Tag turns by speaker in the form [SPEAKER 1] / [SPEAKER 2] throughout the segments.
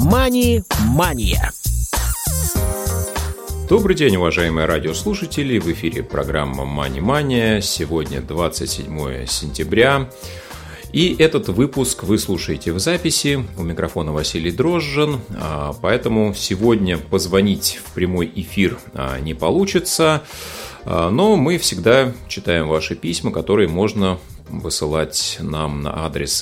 [SPEAKER 1] Мани-мания.
[SPEAKER 2] Добрый день, уважаемые радиослушатели. В эфире программа «Мани-мания». Сегодня 27 сентября. И этот выпуск вы слушаете в записи. У микрофона Василий Дрожжин. Поэтому сегодня позвонить в прямой эфир не получится. Но мы всегда читаем ваши письма, которые можно высылать нам на адрес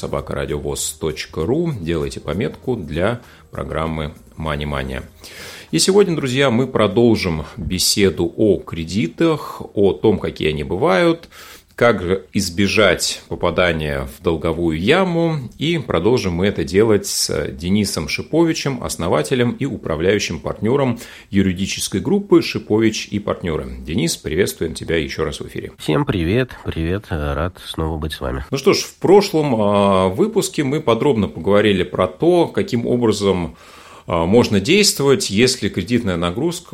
[SPEAKER 2] radio@radiovoz.ru. Делайте пометку для программы «Мани-мания». И сегодня, друзья, мы продолжим беседу о кредитах, о том, какие они бывают, как избежать попадания в долговую яму. И продолжим мы это делать с Денисом Шиповичем, основателем и управляющим партнером юридической группы «Шипович и партнеры». Денис, приветствуем тебя еще раз в эфире.
[SPEAKER 3] Всем привет, рад снова быть с вами.
[SPEAKER 2] Ну что ж, в прошлом выпуске мы подробно поговорили про то, каким образом можно действовать, если кредитная нагрузка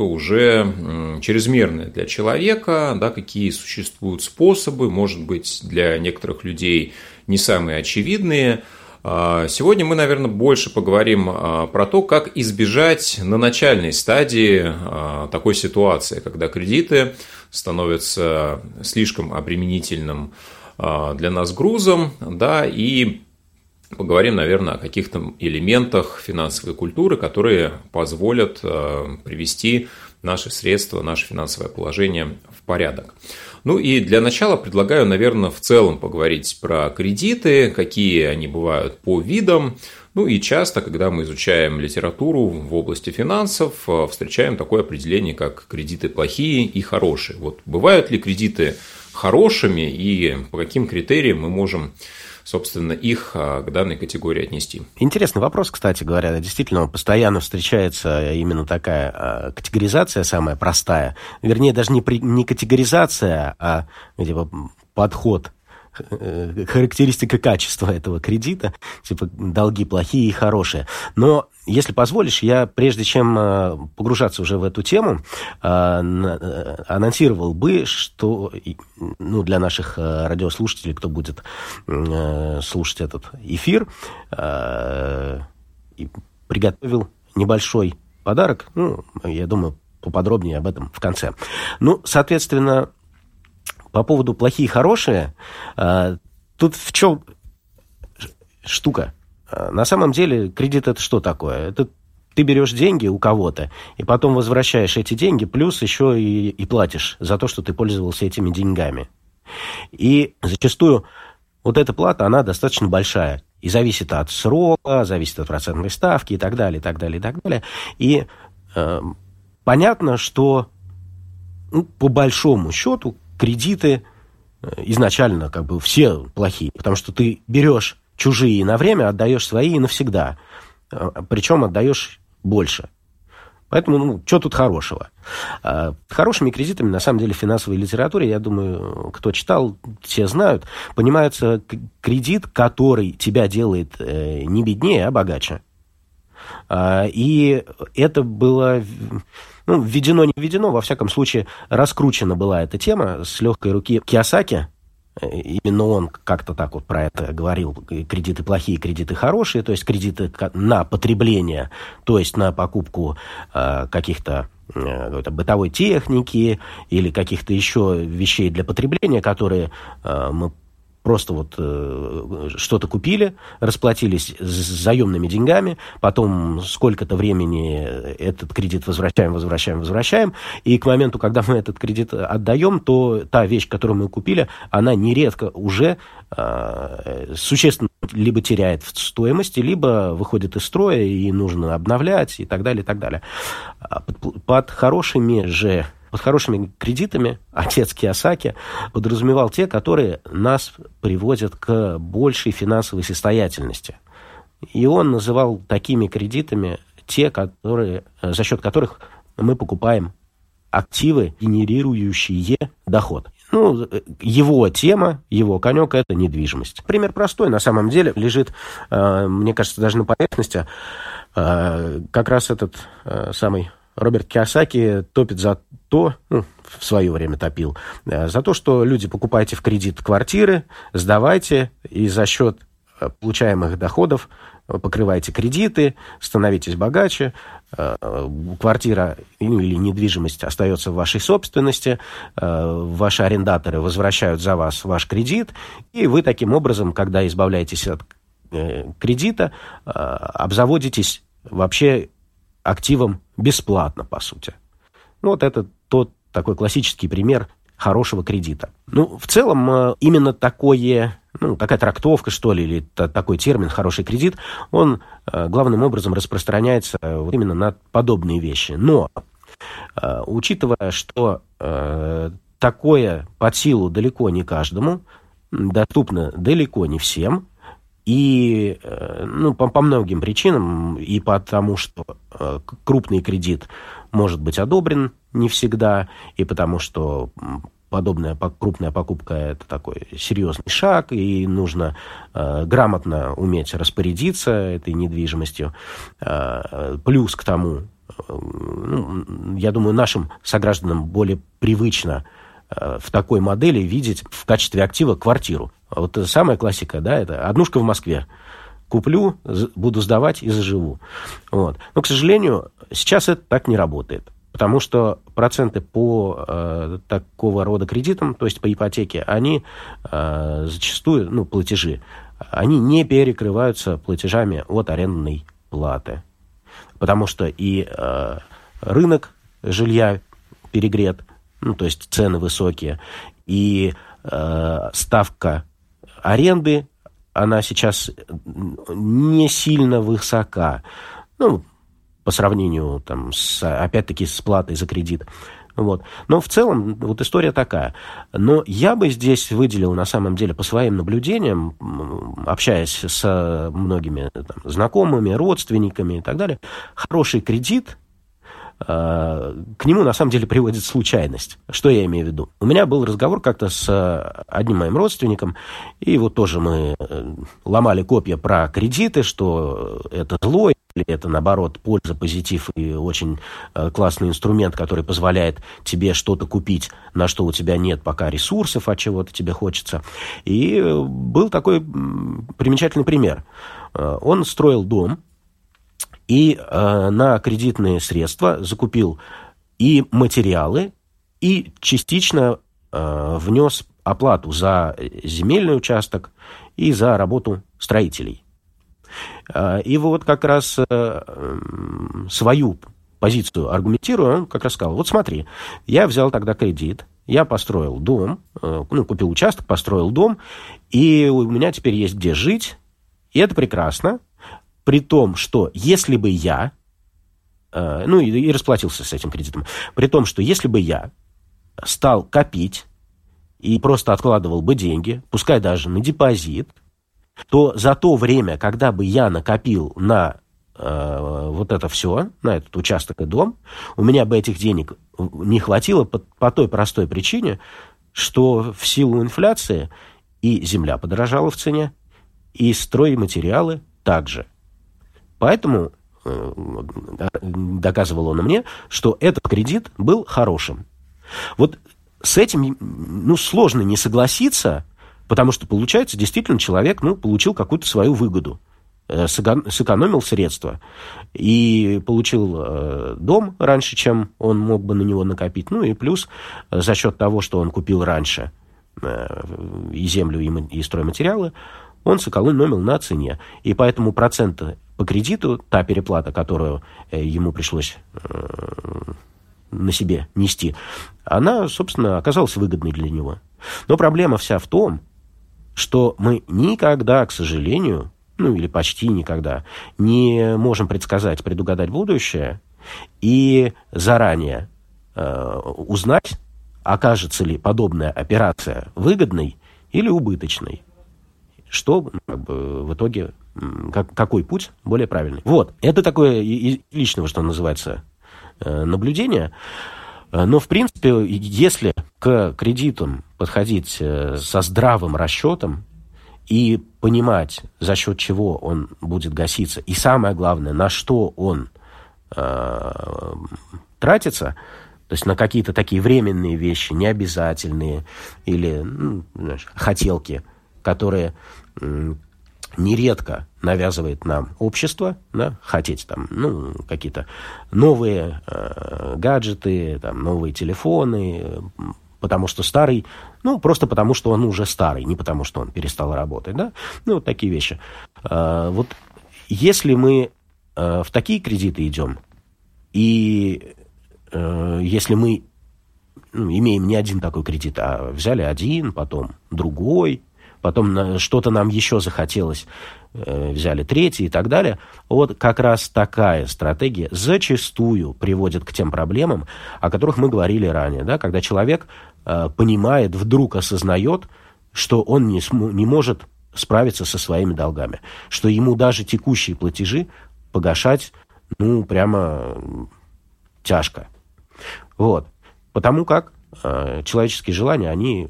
[SPEAKER 2] уже чрезмерная для человека, да, какие существуют способы, может быть, для некоторых людей не самые очевидные. Сегодня мы, наверное, больше поговорим про то, как избежать на начальной стадии такой ситуации, когда кредиты становятся слишком обременительным для нас грузом, да, и поговорим, наверное, о каких-то элементах финансовой культуры, которые позволят привести наши средства, наше финансовое положение в порядок. Ну и для начала предлагаю, наверное, в целом поговорить про кредиты, какие они бывают по видам. Ну и часто, когда мы изучаем литературу в области финансов, встречаем такое определение, как кредиты плохие и хорошие. Вот бывают ли кредиты хорошими и по каким критериям мы можем, собственно, их к данной категории отнести?
[SPEAKER 3] Интересный вопрос, кстати говоря. Действительно, постоянно встречается именно такая категоризация, самая простая. Вернее, даже не категоризация, а типа подход, характеристика качества этого кредита, типа долги плохие и хорошие. Но, если позволишь, я, прежде чем погружаться уже в эту тему, анонсировал бы, что для наших радиослушателей, кто будет слушать этот эфир, приготовил небольшой подарок. Я думаю, поподробнее об этом в конце. Соответственно, по поводу плохие и хорошие, тут в чем штука? На самом деле кредит – это что такое? Это ты берешь деньги у кого-то, и потом возвращаешь эти деньги, плюс еще и платишь за то, что ты пользовался этими деньгами. И зачастую вот эта плата, она достаточно большая. И зависит от срока, зависит от процентной ставки и так далее, и так далее, и так далее. И понятно, что по большому счету кредиты изначально все плохие, потому что ты берешь чужие на время, отдаешь свои навсегда, причем отдаешь больше. Поэтому, что тут хорошего? Хорошими кредитами, на самом деле, в финансовой литературе, я думаю, кто читал, все знают, понимается кредит, который тебя делает не беднее, а богаче. И это было введено, не введено, во всяком случае, раскручена была эта тема с легкой руки Кийосаки. Именно он как-то так вот про это говорил. Кредиты плохие, кредиты хорошие, то есть кредиты на потребление, то есть на покупку каких-то бытовой техники или каких-то еще вещей для потребления, которые мы просто что-то купили, расплатились с заемными деньгами, потом сколько-то времени этот кредит возвращаем, и к моменту, когда мы этот кредит отдаем, то та вещь, которую мы купили, она нередко уже существенно либо теряет в стоимости, либо выходит из строя, и нужно обновлять, и так далее, и так далее. Под хорошими кредитами отец Кийосаки подразумевал те, которые нас приводят к большей финансовой состоятельности. И он называл такими кредитами те, за счет которых мы покупаем активы, генерирующие доход. Его тема, его конек – это недвижимость. Пример простой, на самом деле, лежит, мне кажется, даже на поверхности. Как раз этот самый Роберт Кийосаки топит за то, в свое время топил, за то, что люди, покупайте в кредит квартиры, сдавайте, и за счет получаемых доходов покрывайте кредиты, становитесь богаче, квартира или недвижимость остается в вашей собственности, ваши арендаторы возвращают за вас ваш кредит, и вы таким образом, когда избавляетесь от кредита, обзаводитесь вообще активом бесплатно, по сути. Вот это тот такой классический пример хорошего кредита. В целом, именно такая трактовка, что ли, или такой термин «хороший кредит», он главным образом распространяется именно на подобные вещи. Но, учитывая, что такое под силу далеко не каждому, доступно далеко не всем, и по многим причинам, и потому что крупный кредит может быть одобрен не всегда, и потому что подобная крупная покупка – это такой серьезный шаг, и нужно грамотно уметь распорядиться этой недвижимостью. Плюс к тому, я думаю, нашим согражданам более привычно в такой модели видеть в качестве актива квартиру. Вот самая классика, да, это однушка в Москве. Куплю, буду сдавать и заживу. Вот. Но, к сожалению, сейчас это так не работает. Потому что проценты по такого рода кредитам, то есть по ипотеке, они зачастую, платежи, они не перекрываются платежами от арендной платы. Потому что и рынок жилья перегрет, то есть цены высокие, и ставка аренды, она сейчас не сильно высока, по сравнению, опять-таки, с платой за кредит. Вот. Но в целом вот история такая. Но я бы здесь выделил, на самом деле, по своим наблюдениям, общаясь с многими знакомыми, родственниками и так далее, хороший кредит, к нему, на самом деле, приводит случайность. Что я имею в виду? У меня был разговор как-то с одним моим родственником, и вот тоже мы ломали копья про кредиты, что это зло, или это, наоборот, польза, позитив и очень классный инструмент, который позволяет тебе что-то купить, на что у тебя нет пока ресурсов, от чего-то тебе хочется. И был такой примечательный пример. Он строил дом, и на кредитные средства закупил и материалы, и частично внес оплату за земельный участок и за работу строителей. И вот как раз свою позицию аргументируя, он как раз сказал: вот смотри, я взял тогда кредит, я построил дом, купил участок, построил дом, и у меня теперь есть где жить, и это прекрасно. При том, что если бы я, и расплатился с этим кредитом, при том, что если бы я стал копить и просто откладывал бы деньги, пускай даже на депозит, то за то время, когда бы я накопил на вот это все, на этот участок и дом, у меня бы этих денег не хватило по той простой причине, что в силу инфляции и земля подорожала в цене, и стройматериалы также. Поэтому доказывал он мне, что этот кредит был хорошим. Вот с этим сложно не согласиться, потому что, получается, действительно человек получил какую-то свою выгоду, сэкономил средства и получил дом раньше, чем он мог бы на него накопить. И плюс за счет того, что он купил раньше и землю, и стройматериалы, он сэкономил на цене. И поэтому проценты по кредиту, та переплата, которую ему пришлось на себе нести, она, собственно, оказалась выгодной для него. Но проблема вся в том, что мы никогда, к сожалению, или почти никогда, не можем предугадать будущее и заранее узнать, окажется ли подобная операция выгодной или убыточной. Что в итоге, какой путь более правильный. Вот, это такое личного, что называется, наблюдение. Но, в принципе, если к кредитам подходить со здравым расчетом и понимать, за счет чего он будет гаситься, и самое главное, на что он тратится, то есть на какие-то такие временные вещи, необязательные или хотелки, которые нередко навязывает нам общество, да, хотеть там, какие-то новые гаджеты, там, новые телефоны, потому что старый, просто потому что он уже старый, не потому что он перестал работать, да, вот такие вещи. Вот если мы в такие кредиты идем, и если мы имеем не один такой кредит, а взяли один, потом другой, потом что-то нам еще захотелось, взяли третий и так далее. Вот как раз такая стратегия зачастую приводит к тем проблемам, о которых мы говорили ранее, да, когда человек понимает, вдруг осознает, что он не может справиться со своими долгами, что ему даже текущие платежи погашать, прямо тяжко. Вот. Потому как человеческие желания, они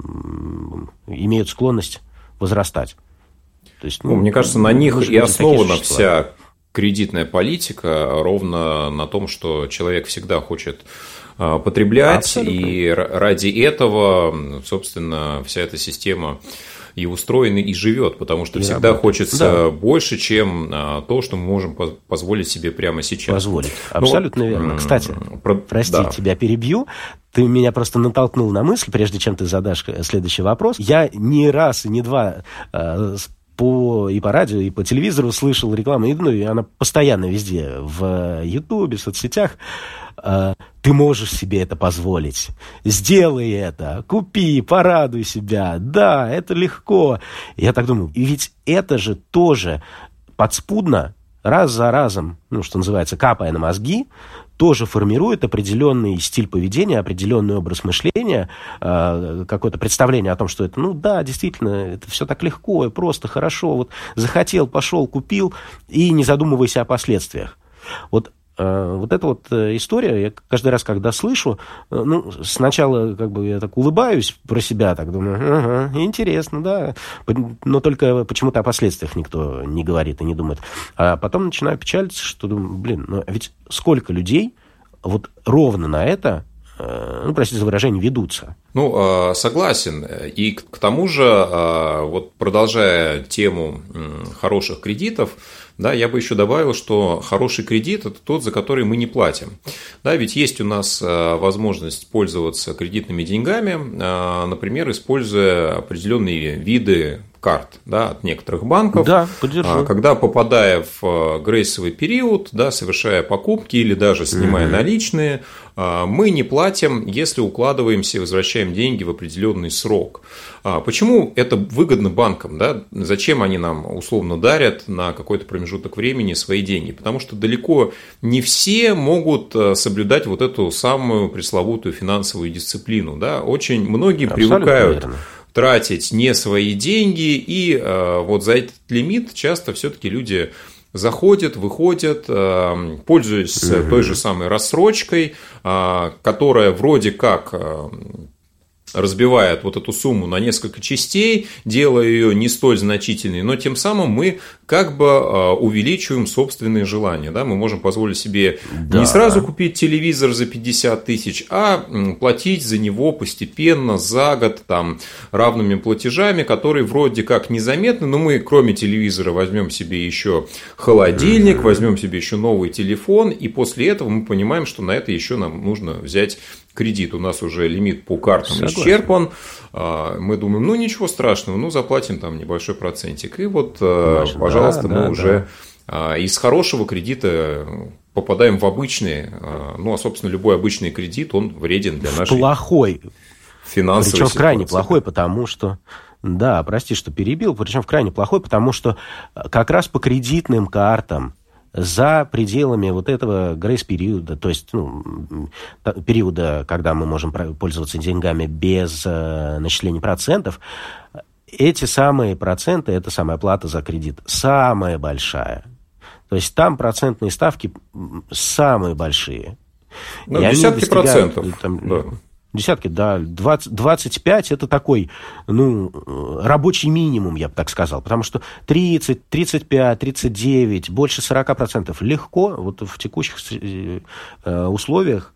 [SPEAKER 3] имеют склонность возрастать. То есть,
[SPEAKER 2] мне кажется, на них и основана вся кредитная политика, ровно на том, что человек всегда хочет потреблять, абсолютно. И ради этого, собственно, вся эта система и устроена, и живет, потому что всегда хочется больше, чем то, что мы можем позволить себе прямо сейчас.
[SPEAKER 3] Позволить. Абсолютно верно. Кстати, прости, тебя перебью. Ты меня просто натолкнул на мысль, прежде чем ты задашь следующий вопрос. Я не раз и не два и по радио, и по телевизору слышал рекламу, и она постоянно везде, в Ютубе, в соцсетях. Ты можешь себе это позволить. Сделай это, купи, порадуй себя. Да, это легко. Я так думаю, ведь это же тоже подспудно, раз за разом, что называется, капая на мозги, тоже формирует определенный стиль поведения, определенный образ мышления, какое-то представление о том, что это, действительно, это все так легко и просто, хорошо. Вот захотел, пошел, купил, и не задумывайся о последствиях. Вот эта вот история, я каждый раз, когда слышу, сначала я так улыбаюсь про себя, так думаю, интересно, да, но только почему-то о последствиях никто не говорит и не думает. А потом начинаю печалиться, что думаю, ведь сколько людей вот ровно на это, простите за выражение, ведутся.
[SPEAKER 2] Согласен. И к тому же, вот продолжая тему хороших кредитов, да, я бы еще добавил, что хороший кредит – это тот, за который мы не платим. Да, ведь есть у нас возможность пользоваться кредитными деньгами, например, используя определенные виды карт, да, от некоторых банков.
[SPEAKER 3] Да, поддержу.
[SPEAKER 2] Когда, попадая в грейсовый период, да, совершая покупки или даже снимая наличные, мы не платим, если укладываемся и возвращаем деньги в определенный срок. Почему это выгодно банкам? Да? Зачем они нам условно дарят на какой-то промежуток времени свои деньги? Потому что далеко не все могут соблюдать вот эту самую пресловутую финансовую дисциплину. Да? Очень многие привыкают тратить не свои деньги, и вот за этот лимит часто все-таки люди заходят, выходят, пользуясь той же самой рассрочкой, которая вроде как разбивает вот эту сумму на несколько частей, делая ее не столь значительной, но тем самым мы как бы увеличиваем собственные желания. Да? Мы можем позволить себе не сразу купить телевизор за 50 тысяч, а платить за него постепенно, за год, равными платежами, которые вроде как незаметны, но мы кроме телевизора возьмем себе еще холодильник, возьмем себе еще новый телефон, и после этого мы понимаем, что на это еще нам нужно взять кредит. У нас уже лимит по картам исчерпан. Мы думаем, ничего страшного, заплатим небольшой процентик. И вот, пожалуйста, мы уже из хорошего кредита попадаем в обычный, собственно, любой обычный кредит, он вреден для нашей
[SPEAKER 3] плохой
[SPEAKER 2] финансовой
[SPEAKER 3] причем
[SPEAKER 2] ситуации.
[SPEAKER 3] Крайне плохой, потому что... Да, прости, что перебил, причем крайне плохой, потому что как раз по кредитным картам за пределами вот этого грейс-периода, то есть периода, когда мы можем пользоваться деньгами без начисления процентов, эти самые проценты, эта самая плата за кредит самая большая. То есть там процентные ставки самые большие.
[SPEAKER 2] Десятки процентов.
[SPEAKER 3] Десятки, да. 25 это такой, рабочий минимум, я бы так сказал. Потому что 30, 35, 39, больше 40% легко, вот в текущих условиях,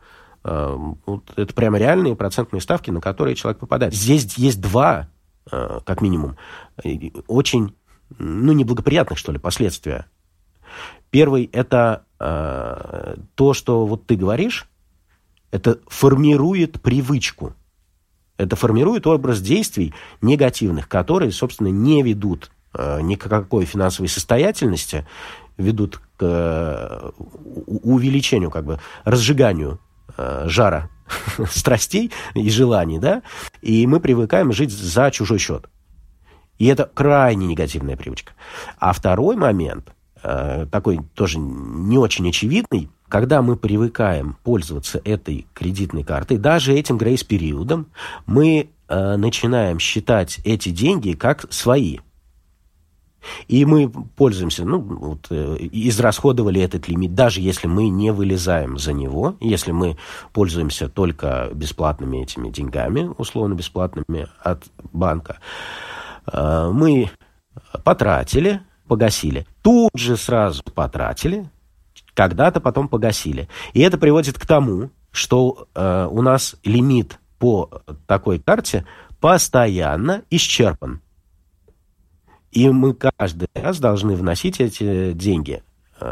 [SPEAKER 3] это прямо реальные процентные ставки, на которые человек попадает. Здесь есть два, как минимум, очень неблагоприятных, что ли, последствия. Первый – это то, что вот ты говоришь, это формирует привычку. Это формирует образ действий негативных, которые, собственно, не ведут ни к какой финансовой состоятельности, ведут к увеличению, разжиганию жара страстей и желаний, да, и мы привыкаем жить за чужой счет. И это крайне негативная привычка. А второй момент, такой тоже не очень очевидный, когда мы привыкаем пользоваться этой кредитной картой, даже этим грейс-периодом, мы начинаем считать эти деньги как свои. И мы пользуемся, израсходовали этот лимит, даже если мы не вылезаем за него, если мы пользуемся только бесплатными этими деньгами, условно бесплатными от банка, мы потратили, погасили, тут же сразу потратили, когда-то потом погасили. И это приводит к тому, что у нас лимит по такой карте постоянно исчерпан. И мы каждый раз должны вносить эти деньги,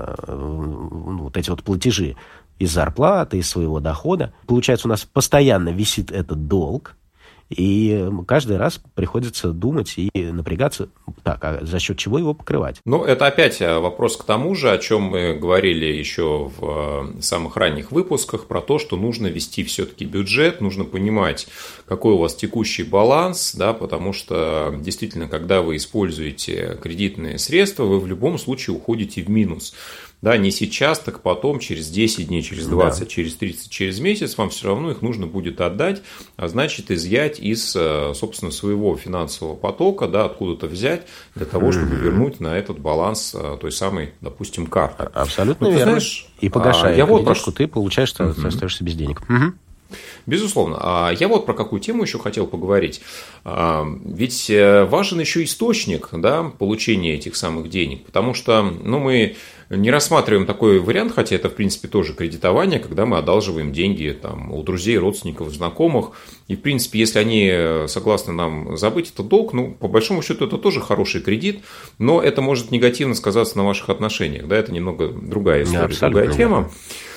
[SPEAKER 3] вот эти вот платежи из зарплаты, из своего дохода. Получается, у нас постоянно висит этот долг, и каждый раз приходится думать и напрягаться, так, а за счет чего его покрывать?
[SPEAKER 2] Это опять вопрос к тому же, о чем мы говорили еще в самых ранних выпусках, про то, что нужно вести все-таки бюджет, нужно понимать, какой у вас текущий баланс, да, потому что действительно, когда вы используете кредитные средства, вы в любом случае уходите в минус. Да, не сейчас, так потом, через 10 дней, через 20, через 30, через месяц вам все равно их нужно будет отдать, а значит, изъять из, собственно, своего финансового потока, да, откуда-то взять для того, чтобы вернуть на этот баланс той самой, допустим, карты.
[SPEAKER 3] Абсолютно верно. Знаешь, и погашая кредитку, ты получаешь, что остаешься без денег.
[SPEAKER 2] Безусловно. Я вот про какую тему еще хотел поговорить. Ведь важен еще источник, да, получения этих самых денег, потому что мы не рассматриваем такой вариант, хотя это, в принципе, тоже кредитование, когда мы одалживаем деньги там, у друзей, родственников, знакомых. И, в принципе, если они согласны нам забыть этот долг, по большому счету, это тоже хороший кредит, но это может негативно сказаться на ваших отношениях. Да, это немного другая история, другая тема.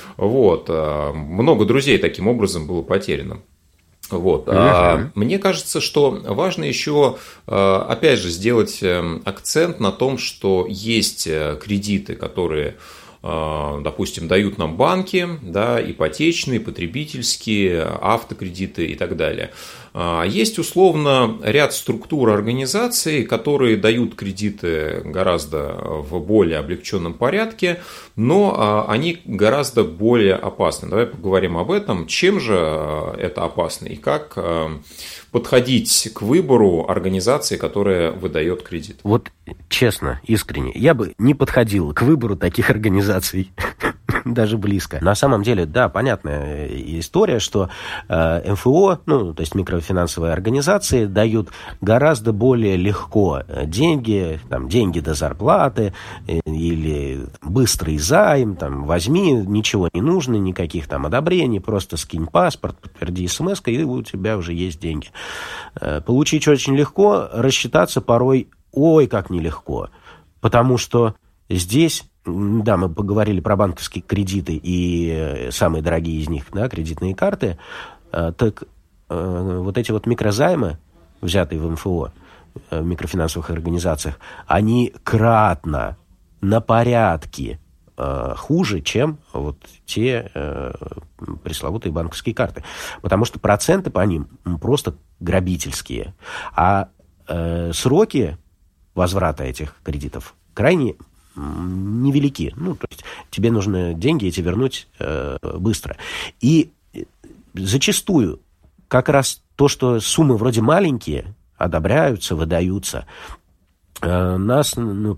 [SPEAKER 2] Много друзей таким образом было потеряно. Мне кажется, что важно еще, опять же, сделать акцент на том, что есть кредиты, которые, допустим, дают нам банки, да, ипотечные, потребительские, автокредиты и так далее. Есть, условно, ряд структур организаций, которые дают кредиты гораздо в более облегченном порядке, но они гораздо более опасны. Давай поговорим об этом, чем же это опасно и как подходить к выбору организации, которая выдает кредит.
[SPEAKER 3] Вот честно, искренне, я бы не подходил к выбору таких организаций. Даже близко. На самом деле, да, понятная история, что МФО, то есть микрофинансовые организации, дают гораздо более легко деньги до зарплаты или быстрый займ, возьми, ничего не нужно, никаких одобрений, просто скинь паспорт, подтверди смс-кой, и у тебя уже есть деньги. Получить очень легко, рассчитаться порой, как нелегко, потому что здесь... Да, мы поговорили про банковские кредиты и самые дорогие из них, да, кредитные карты. Так вот эти вот микрозаймы, взятые в МФО, в микрофинансовых организациях, они кратно, на порядке хуже, чем вот те пресловутые банковские карты. Потому что проценты по ним просто грабительские. А сроки возврата этих кредитов крайне невелики. То есть тебе нужно деньги эти вернуть быстро. И зачастую как раз то, что суммы вроде маленькие, одобряются, выдаются, нас,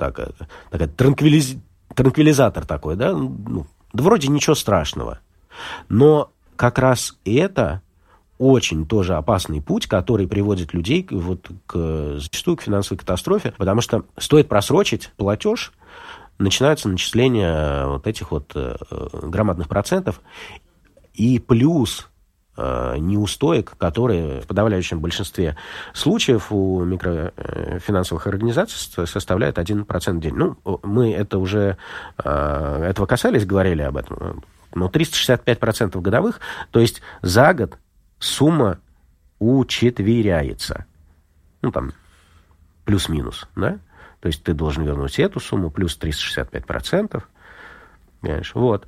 [SPEAKER 3] транквилизатор такой, да, да вроде ничего страшного. Но как раз это очень тоже опасный путь, который приводит людей зачастую к финансовой катастрофе, потому что стоит просрочить платеж, начинаются начисления вот этих громадных процентов, и плюс неустоек, которые в подавляющем большинстве случаев у микрофинансовых организаций составляют 1% в день. Ну, мы это уже этого касались, говорили об этом. Но 365% годовых, то есть за год сумма учетверяется. Ну, там, плюс-минус, да? То есть ты должен вернуть эту сумму, плюс 365%. Понимаешь? Вот.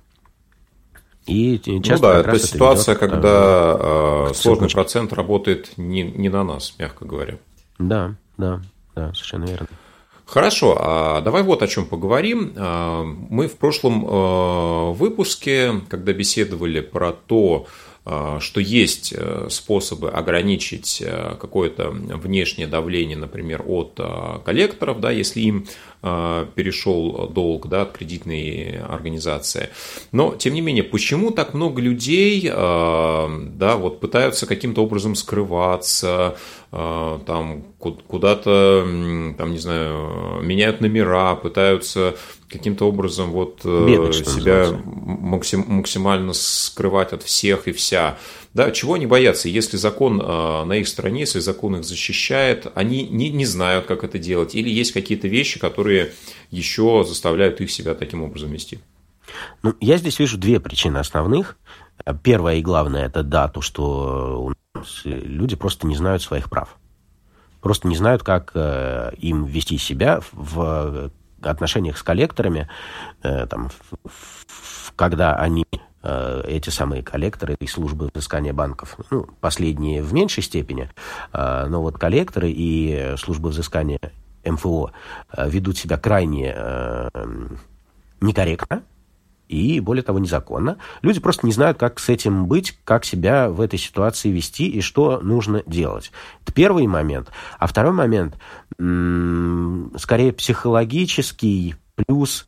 [SPEAKER 3] И часто
[SPEAKER 2] это ситуация, когда сложный процент работает не на нас, мягко говоря.
[SPEAKER 3] Да, совершенно верно.
[SPEAKER 2] Хорошо, а давай вот о чем поговорим. Мы в прошлом выпуске, когда беседовали про то, что есть способы ограничить какое-то внешнее давление, например, от коллекторов, да, если им перешел долг, да, от кредитной организации. Но, тем не менее, почему так много людей, да, вот пытаются каким-то образом скрываться, там куда-то, там, не знаю, меняют номера, пытаются каким-то образом вот себя максимально скрывать от всех и вся. Да, чего они боятся? Если закон на их стороне, если закон их защищает, они не знают, как это делать, или есть какие-то вещи, которые еще заставляют их себя таким образом вести?
[SPEAKER 3] Ну, я здесь вижу две причины основных. Первая и главная – это то, что у нас люди просто не знают своих прав. Просто не знают, как им вести себя в отношениях с коллекторами, там, когда они, эти самые коллекторы и службы взыскания банков, ну, последние в меньшей степени, но вот коллекторы и службы взыскания МФО ведут себя крайне некорректно и, более того, незаконно. Люди просто не знают, как с этим быть, как себя в этой ситуации вести и что нужно делать. Это первый момент. А второй момент, скорее психологический плюс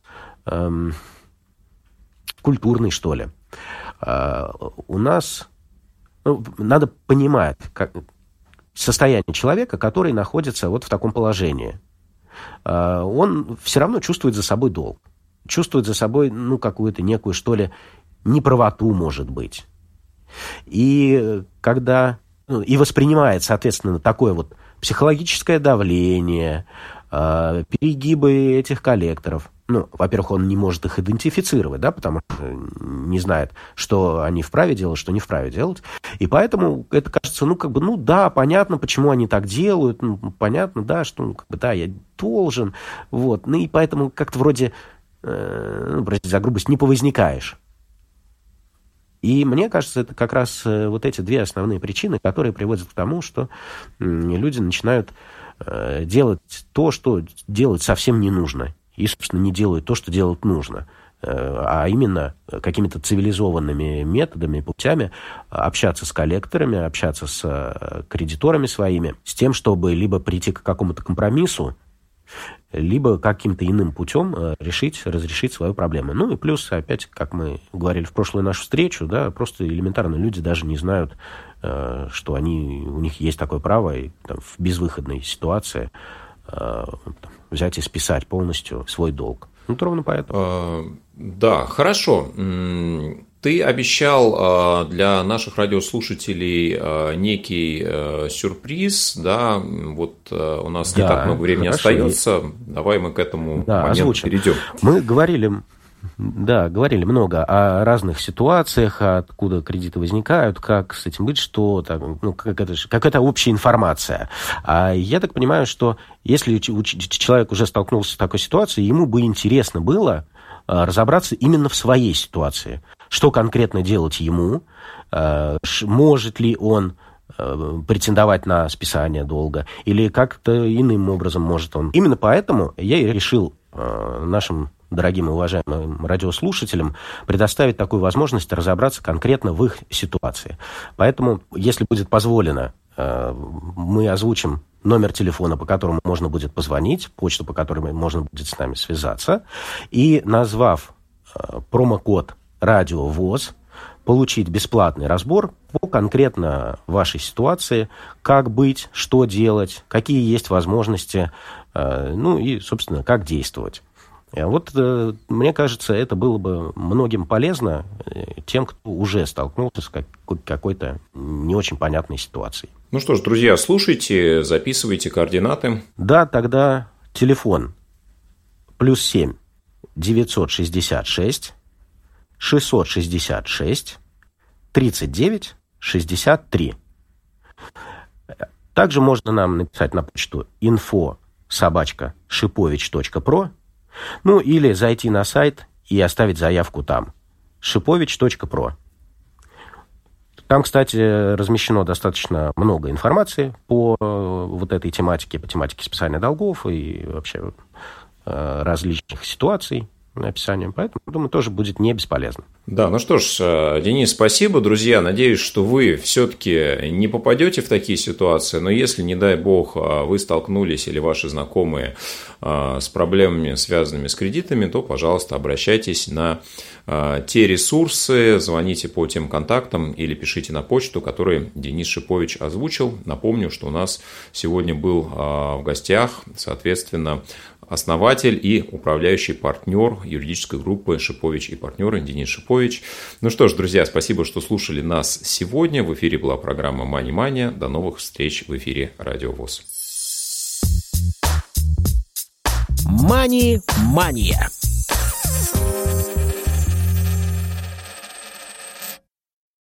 [SPEAKER 3] культурный, что ли. У нас надо понимать состояние человека, который находится вот в таком положении. Он все равно чувствует за собой долг. Чувствует за собой, ну, какую-то некую, что ли, неправоту, может быть. И когда... и воспринимает, соответственно, такое вот психологическое давление, перегибы этих коллекторов. Ну, во-первых, он не может их идентифицировать, да, потому что не знает, что они вправе делать, что не вправе делать. И поэтому это кажется, да, понятно, почему они так делают, понятно, да, что, да, я должен, вот. Ну, и поэтому как-то вроде... простите за грубость, не повозникаешь. И мне кажется, это как раз вот эти две основные причины, которые приводят к тому, что люди начинают делать то, что делать совсем не нужно. И, собственно, не делают то, что делать нужно. А именно какими-то цивилизованными методами, путями общаться с коллекторами, общаться с кредиторами своими, с тем, чтобы либо прийти к какому-то компромиссу, либо каким-то иным путем разрешить свою проблему. Ну и плюс, опять, как мы говорили в прошлую нашу встречу, да, просто элементарно люди даже не знают, что у них есть такое право и, там, в безвыходной ситуации взять и списать полностью свой долг. Ну, ровно поэтому.
[SPEAKER 2] Да, хорошо. Ты обещал для наших радиослушателей некий сюрприз, да, вот у нас не так много времени остается, давай мы к этому моменту перейдем.
[SPEAKER 3] Мы говорили много о разных ситуациях, откуда кредиты возникают, как с этим быть, что там, какая-то общая информация. А я так понимаю, что если человек уже столкнулся с такой ситуацией, ему бы интересно было разобраться именно в своей ситуации. Что конкретно делать ему, может ли он претендовать на списание долга, или как-то иным образом может он. Именно поэтому я и решил нашим дорогим и уважаемым радиослушателям предоставить такую возможность разобраться конкретно в их ситуации. Поэтому, если будет позволено, мы озвучим номер телефона, по которому можно будет позвонить, почту, по которой можно будет с нами связаться, и, назвав промокод «Радиовоз», получить бесплатный разбор по конкретно вашей ситуации, как быть, что делать, какие есть возможности, ну и, собственно, как действовать. Вот, мне кажется, это было бы многим полезно тем, кто уже столкнулся с какой-то не очень понятной ситуацией.
[SPEAKER 2] Ну что ж, друзья, слушайте, записывайте координаты.
[SPEAKER 3] Да, тогда телефон +7 966 666 39 63. Также можно нам написать на почту info@shipovich.pro, ну или зайти на сайт и оставить заявку там shipovich.pro. Там, кстати, размещено достаточно много информации по вот этой тематике, по тематике списания долгов и вообще различных ситуаций описанием, поэтому, думаю, тоже будет не бесполезно.
[SPEAKER 2] Да, ну что ж, Денис, спасибо, друзья. Надеюсь, что вы все-таки не попадете в такие ситуации, но если, не дай бог, вы столкнулись или ваши знакомые с проблемами, связанными с кредитами, то, пожалуйста, обращайтесь на те ресурсы, звоните по тем контактам или пишите на почту, которые Денис Шипович озвучил. Напомню, что у нас сегодня был в гостях, соответственно, основатель и управляющий партнер юридической группы «Шипович и партнеры» Денис Шипович. Ну что ж, друзья, спасибо, что слушали нас сегодня. В эфире была программа «Мани-мания». До новых встреч в эфире Радио ВОС.
[SPEAKER 1] «Мани-мания».